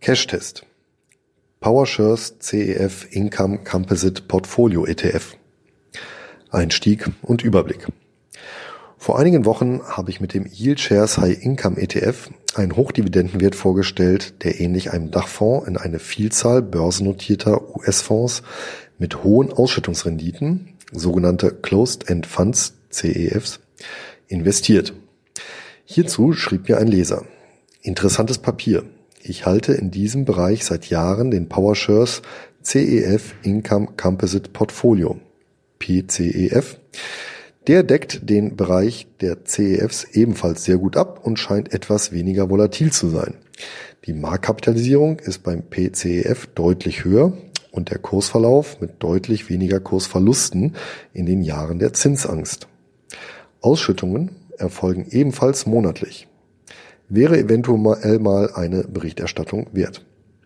Cash-Test. PowerShares CEF Income Composite Portfolio ETF. Einstieg und Überblick. Vor einigen Wochen habe ich mit dem Yield Shares High Income ETF einen Hochdividendenwert vorgestellt, der ähnlich einem Dachfonds in eine Vielzahl börsennotierter US-Fonds mit hohen Ausschüttungsrenditen, sogenannte Closed-End Funds CEFs, investiert. Hierzu schrieb mir ein Leser: Interessantes Papier. Ich halte in diesem Bereich seit Jahren den PowerShares CEF Income Composite Portfolio, PCEF. Der deckt den Bereich der CEFs ebenfalls sehr gut ab und scheint etwas weniger volatil zu sein. Die Marktkapitalisierung ist beim PCEF deutlich höher und der Kursverlauf mit deutlich weniger Kursverlusten in den Jahren der Zinsangst. Ausschüttungen erfolgen ebenfalls monatlich. Wäre eventuell mal eine Berichterstattung wert.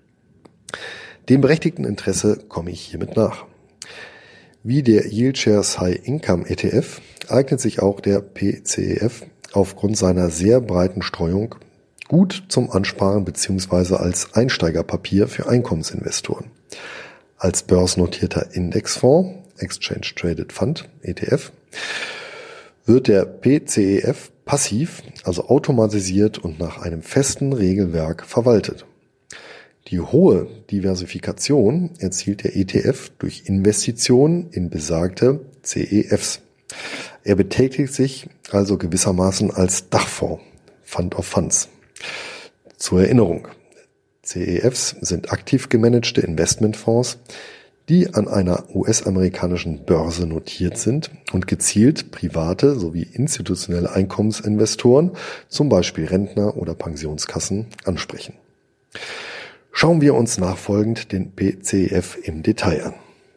Dem berechtigten Interesse komme ich hiermit nach. Wie der Yield Shares High Income ETF eignet sich auch der PCEF aufgrund seiner sehr breiten Streuung gut zum Ansparen bzw. als Einsteigerpapier für Einkommensinvestoren. Als börsennotierter Indexfonds, Exchange Traded Fund, ETF, wird der PCEF passiv, also automatisiert und nach einem festen Regelwerk verwaltet. Die hohe Diversifikation erzielt der ETF durch Investitionen in besagte CEFs. Er betätigt sich also gewissermaßen als Dachfonds, Fund of Funds. Zur Erinnerung: CEFs sind aktiv gemanagte Investmentfonds, die an einer US-amerikanischen Börse notiert sind und gezielt private sowie institutionelle Einkommensinvestoren, zum Beispiel Rentner oder Pensionskassen, ansprechen. Schauen wir uns nachfolgend den PCEF im Detail an.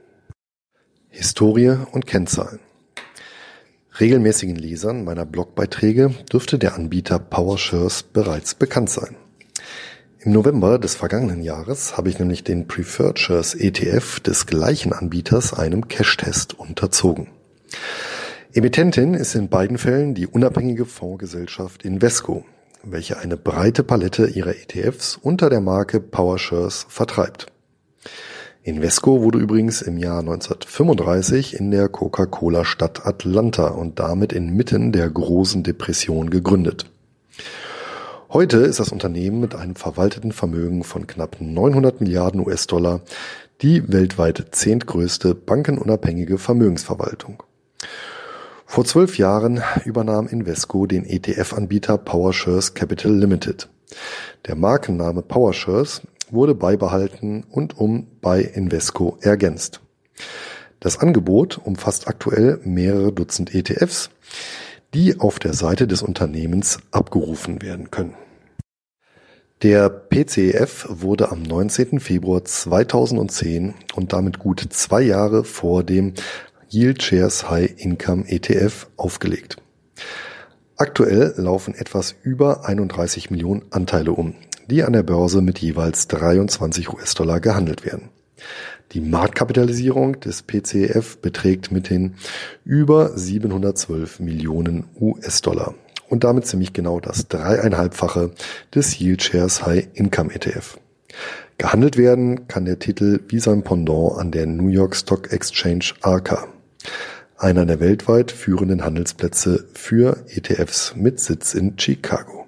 Historie und Kennzahlen. Regelmäßigen Lesern meiner Blogbeiträge dürfte der Anbieter PowerShares bereits bekannt sein. Im November des vergangenen Jahres habe ich nämlich den Preferred Shares ETF des gleichen Anbieters einem Cash-Test unterzogen. Emittentin ist in beiden Fällen die unabhängige Fondsgesellschaft Invesco, welche eine breite Palette ihrer ETFs unter der Marke PowerShares vertreibt. Invesco wurde übrigens im Jahr 1935 in der Coca-Cola-Stadt Atlanta und damit inmitten der großen Depression gegründet. Heute ist das Unternehmen mit einem verwalteten Vermögen von knapp 900 Milliarden US-Dollar die weltweit 10. größte bankenunabhängige Vermögensverwaltung. Vor 12 Jahren übernahm Invesco den ETF-Anbieter PowerShares Capital Limited. Der Markenname PowerShares wurde beibehalten und bei Invesco ergänzt. Das Angebot umfasst aktuell mehrere Dutzend ETFs, die auf der Seite des Unternehmens abgerufen werden können. Der PCEF wurde am 19. Februar 2010 und damit gut 2 Jahre vor dem Yield Shares High Income ETF aufgelegt. Aktuell laufen etwas über 31 Millionen Anteile die an der Börse mit jeweils 23 US-Dollar gehandelt werden. Die Marktkapitalisierung des PCEF beträgt mithin über 712 Millionen US-Dollar und damit ziemlich genau das 3,5-fache des Yield Shares High Income ETF. Gehandelt werden kann der Titel wie sein Pendant an der New York Stock Exchange Arca, einer der weltweit führenden Handelsplätze für ETFs mit Sitz in Chicago.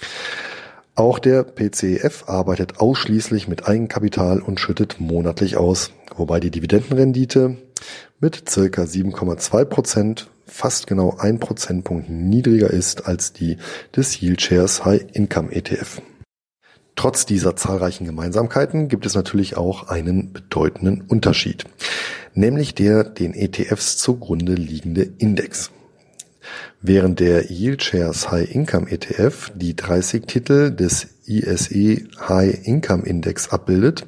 Auch der PCEF arbeitet ausschließlich mit Eigenkapital und schüttet monatlich aus, wobei die Dividendenrendite mit ca. 7,2% fast genau 1 Prozentpunkt niedriger ist als die des Yield Shares High Income ETF. Trotz dieser zahlreichen Gemeinsamkeiten gibt es natürlich auch einen bedeutenden Unterschied, nämlich der den ETFs zugrunde liegende Index. Während der Yield Shares High Income ETF die 30 Titel des ISE High Income Index abbildet,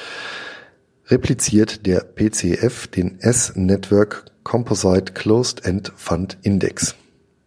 repliziert der PCEF den S-Network Composite Closed End Fund Index.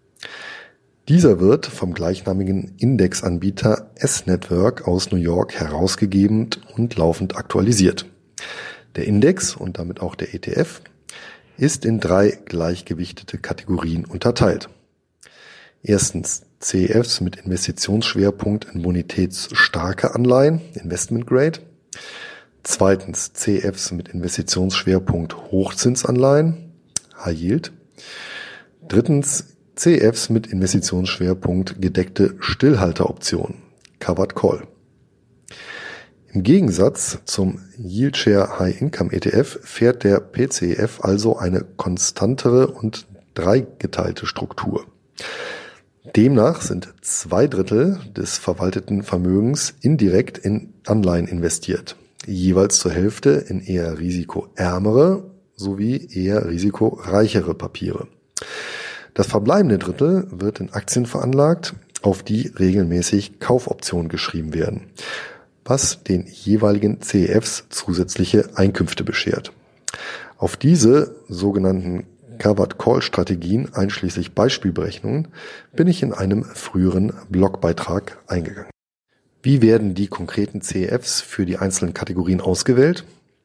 Dieser wird vom gleichnamigen Indexanbieter S-Network aus New York herausgegeben und laufend aktualisiert. Der Index und damit auch der ETF ist in 3 gleichgewichtete Kategorien unterteilt. Erstens CEFs mit Investitionsschwerpunkt in bonitätsstarke Anleihen, Investment Grade. Zweitens CEFs mit Investitionsschwerpunkt Hochzinsanleihen, High Yield. Drittens CEFs mit Investitionsschwerpunkt gedeckte Stillhalteroptionen, Covered Call. Im Gegensatz zum Yield Share High Income ETF fährt der PCEF also eine konstantere und dreigeteilte Struktur. Demnach sind 2/3 des verwalteten Vermögens indirekt in Anleihen investiert, jeweils zur Hälfte in eher risikoärmere sowie eher risikoreichere Papiere. Das verbleibende Drittel wird in Aktien veranlagt, auf die regelmäßig Kaufoptionen geschrieben werden, was den jeweiligen CEFs zusätzliche Einkünfte beschert. Auf diese sogenannten Covered Call Strategien einschließlich Beispielberechnungen bin ich in einem früheren Blogbeitrag eingegangen. Wie werden die konkreten CEFs für die einzelnen Kategorien ausgewählt?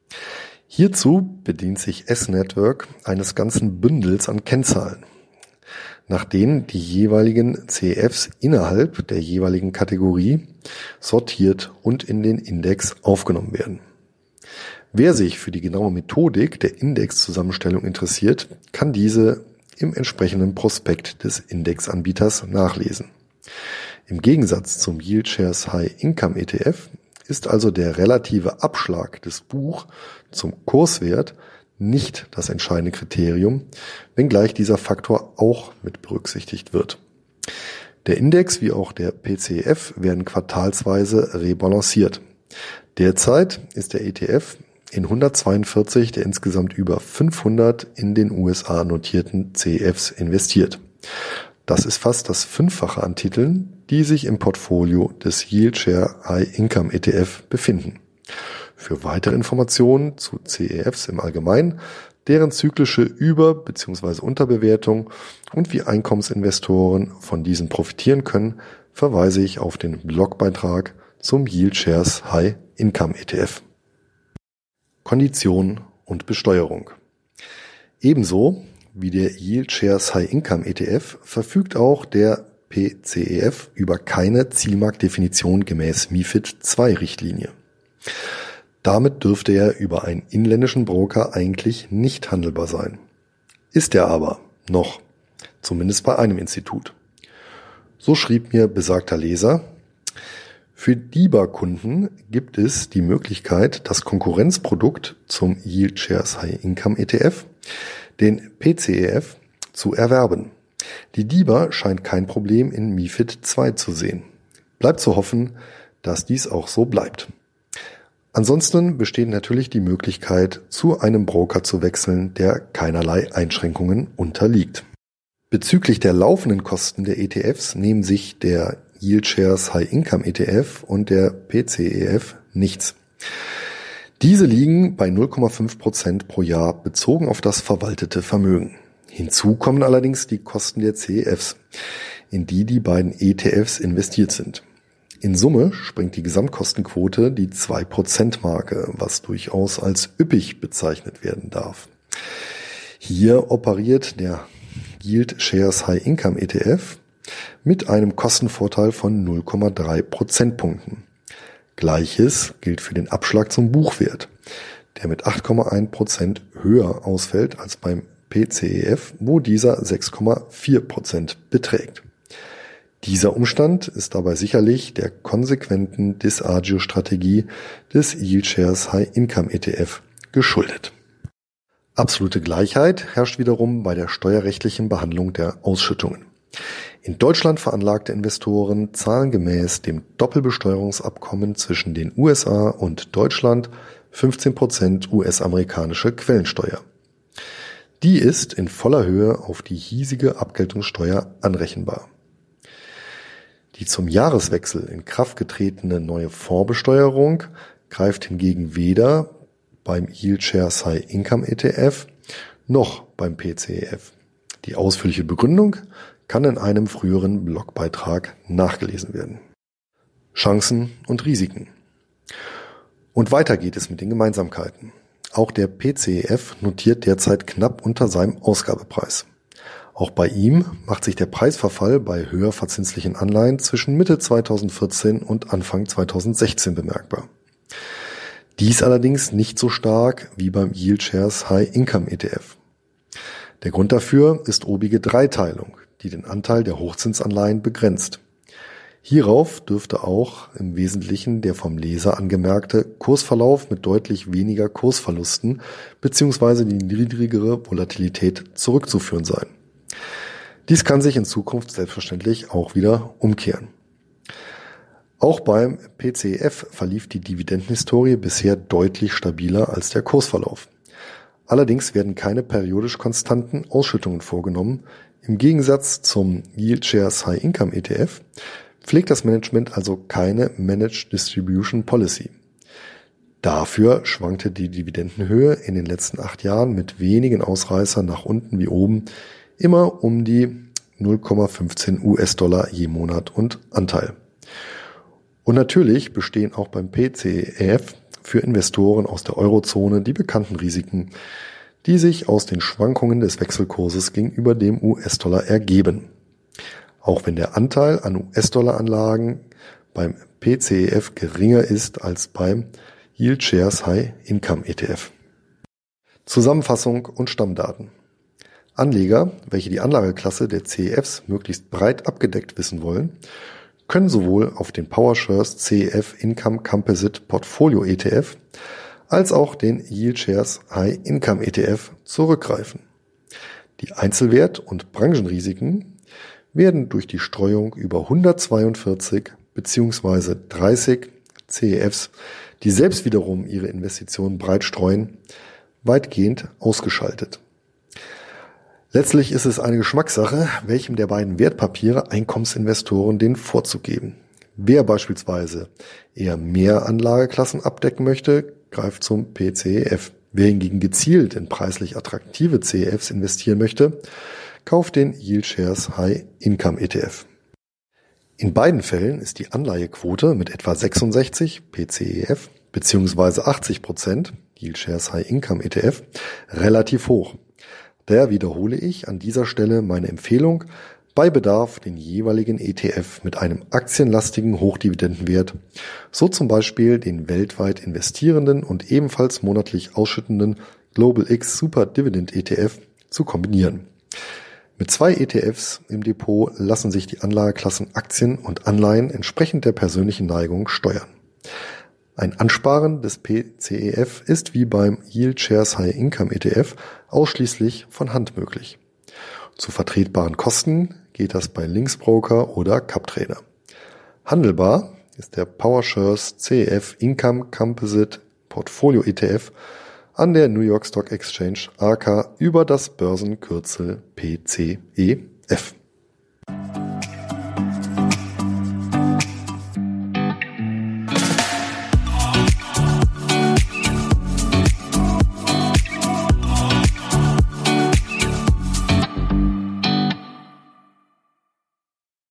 Hierzu bedient sich S-Network eines ganzen Bündels an Kennzahlen, nach denen die jeweiligen CEFs innerhalb der jeweiligen Kategorie sortiert und in den Index aufgenommen werden. Wer sich für die genaue Methodik der Indexzusammenstellung interessiert, kann diese im entsprechenden Prospekt des Indexanbieters nachlesen. Im Gegensatz zum Yield Shares High Income ETF ist also der relative Abschlag des Buch zum Kurswert nicht das entscheidende Kriterium, wenngleich dieser Faktor auch mit berücksichtigt wird. Der Index wie auch der PCEF werden quartalsweise rebalanciert. Derzeit ist der ETF in 142 der insgesamt über 500 in den USA notierten CEFs investiert. Das ist fast das 5-fache an Titeln, die sich im Portfolio des Yield Share High Income ETF befinden. Für weitere Informationen zu CEFs im Allgemeinen, deren zyklische Über- bzw. Unterbewertung und wie Einkommensinvestoren von diesen profitieren können, verweise ich auf den Blogbeitrag zum Yield Shares High Income ETF. Konditionen und Besteuerung. Ebenso wie der Yield Shares High Income ETF verfügt auch der PCEF über keine Zielmarktdefinition gemäß MiFID II Richtlinie. Damit dürfte er über einen inländischen Broker eigentlich nicht handelbar sein. Ist er aber noch, zumindest bei einem Institut. So schrieb mir besagter Leser: Für DIBA-Kunden gibt es die Möglichkeit, das Konkurrenzprodukt zum Yield Shares High Income ETF, den PCEF, zu erwerben. Die DIBA scheint kein Problem in MiFID II zu sehen. Bleibt zu hoffen, dass dies auch so bleibt. Ansonsten besteht natürlich die Möglichkeit, zu einem Broker zu wechseln, der keinerlei Einschränkungen unterliegt. Bezüglich der laufenden Kosten der ETFs nehmen sich der Yield Shares High Income ETF und der PCEF nichts. Diese liegen bei 0,5% pro Jahr bezogen auf das verwaltete Vermögen. Hinzu kommen allerdings die Kosten der CEFs, in die die beiden ETFs investiert sind. In Summe sprengt die Gesamtkostenquote die 2%-Marke, was durchaus als üppig bezeichnet werden darf. Hier operiert der Yield Shares High Income ETF mit einem Kostenvorteil von 0,3 Prozentpunkten. Gleiches gilt für den Abschlag zum Buchwert, der mit 8,1% höher ausfällt als beim PCEF, wo dieser 6,4% beträgt. Dieser Umstand ist dabei sicherlich der konsequenten Disagio-Strategie des Yield Shares High Income ETF geschuldet. Absolute Gleichheit herrscht wiederum bei der steuerrechtlichen Behandlung der Ausschüttungen. In Deutschland veranlagte Investoren zahlen gemäß dem Doppelbesteuerungsabkommen zwischen den USA und Deutschland 15% US-amerikanische Quellensteuer. Die ist in voller Höhe auf die hiesige Abgeltungssteuer anrechenbar. Die zum Jahreswechsel in Kraft getretene neue Fondsbesteuerung greift hingegen weder beim Yield Shares High Income ETF noch beim PCEF. Die ausführliche Begründung kann in einem früheren Blogbeitrag nachgelesen werden. Chancen und Risiken. Und weiter geht es mit den Gemeinsamkeiten. Auch der PCEF notiert derzeit knapp unter seinem Ausgabepreis. Auch bei ihm macht sich der Preisverfall bei höher verzinslichen Anleihen zwischen Mitte 2014 und Anfang 2016 bemerkbar. Dies allerdings nicht so stark wie beim Yield Shares High Income ETF. Der Grund dafür ist obige Dreiteilung, die den Anteil der Hochzinsanleihen begrenzt. Hierauf dürfte auch im Wesentlichen der vom Leser angemerkte Kursverlauf mit deutlich weniger Kursverlusten bzw. die niedrigere Volatilität zurückzuführen sein. Dies kann sich in Zukunft selbstverständlich auch wieder umkehren. Auch beim PCEF verlief die Dividendenhistorie bisher deutlich stabiler als der Kursverlauf. Allerdings werden keine periodisch konstanten Ausschüttungen vorgenommen. Im Gegensatz zum Yield Shares High Income ETF pflegt das Management also keine Managed Distribution Policy. Dafür schwankte die Dividendenhöhe in den letzten 8 Jahren mit wenigen Ausreißern nach unten wie oben immer um die 0,15 US-Dollar je Monat und Anteil. Und natürlich bestehen auch beim PCEF für Investoren aus der Eurozone die bekannten Risiken, die sich aus den Schwankungen des Wechselkurses gegenüber dem US-Dollar ergeben. Auch wenn der Anteil an US-Dollar-Anlagen beim PCEF geringer ist als beim Yield Shares High Income ETF. Zusammenfassung und Stammdaten. Anleger, welche die Anlageklasse der CEFs möglichst breit abgedeckt wissen wollen, können sowohl auf den PowerShares CEF Income Composite Portfolio ETF als auch den Yield Shares High Income ETF zurückgreifen. Die Einzelwert- und Branchenrisiken werden durch die Streuung über 142 bzw. 30 CEFs, die selbst wiederum ihre Investitionen breit streuen, weitgehend ausgeschaltet. Letztlich ist es eine Geschmackssache, welchem der beiden Wertpapiere Einkommensinvestoren den Vorzug geben. Wer beispielsweise eher mehr Anlageklassen abdecken möchte, greift zum PCEF. Wer hingegen gezielt in preislich attraktive CEFs investieren möchte, kauft den Yield Shares High Income ETF. In beiden Fällen ist die Anleihequote mit etwa 66 PCEF bzw. 80% Yield Shares High Income ETF relativ hoch. Daher wiederhole ich an dieser Stelle meine Empfehlung, bei Bedarf den jeweiligen ETF mit einem aktienlastigen Hochdividendenwert, so zum Beispiel den weltweit investierenden und ebenfalls monatlich ausschüttenden Global X Super Dividend ETF, zu kombinieren. Mit 2 ETFs im Depot lassen sich die Anlageklassen Aktien und Anleihen entsprechend der persönlichen Neigung steuern. Ein Ansparen des PCEF ist wie beim Yield Shares High Income ETF ausschließlich von Hand möglich. Zu vertretbaren Kosten geht das bei Linksbroker oder CapTrader. Handelbar ist der PowerShares CEF Income Composite Portfolio ETF an der New York Stock Exchange aka über das Börsenkürzel PCEF.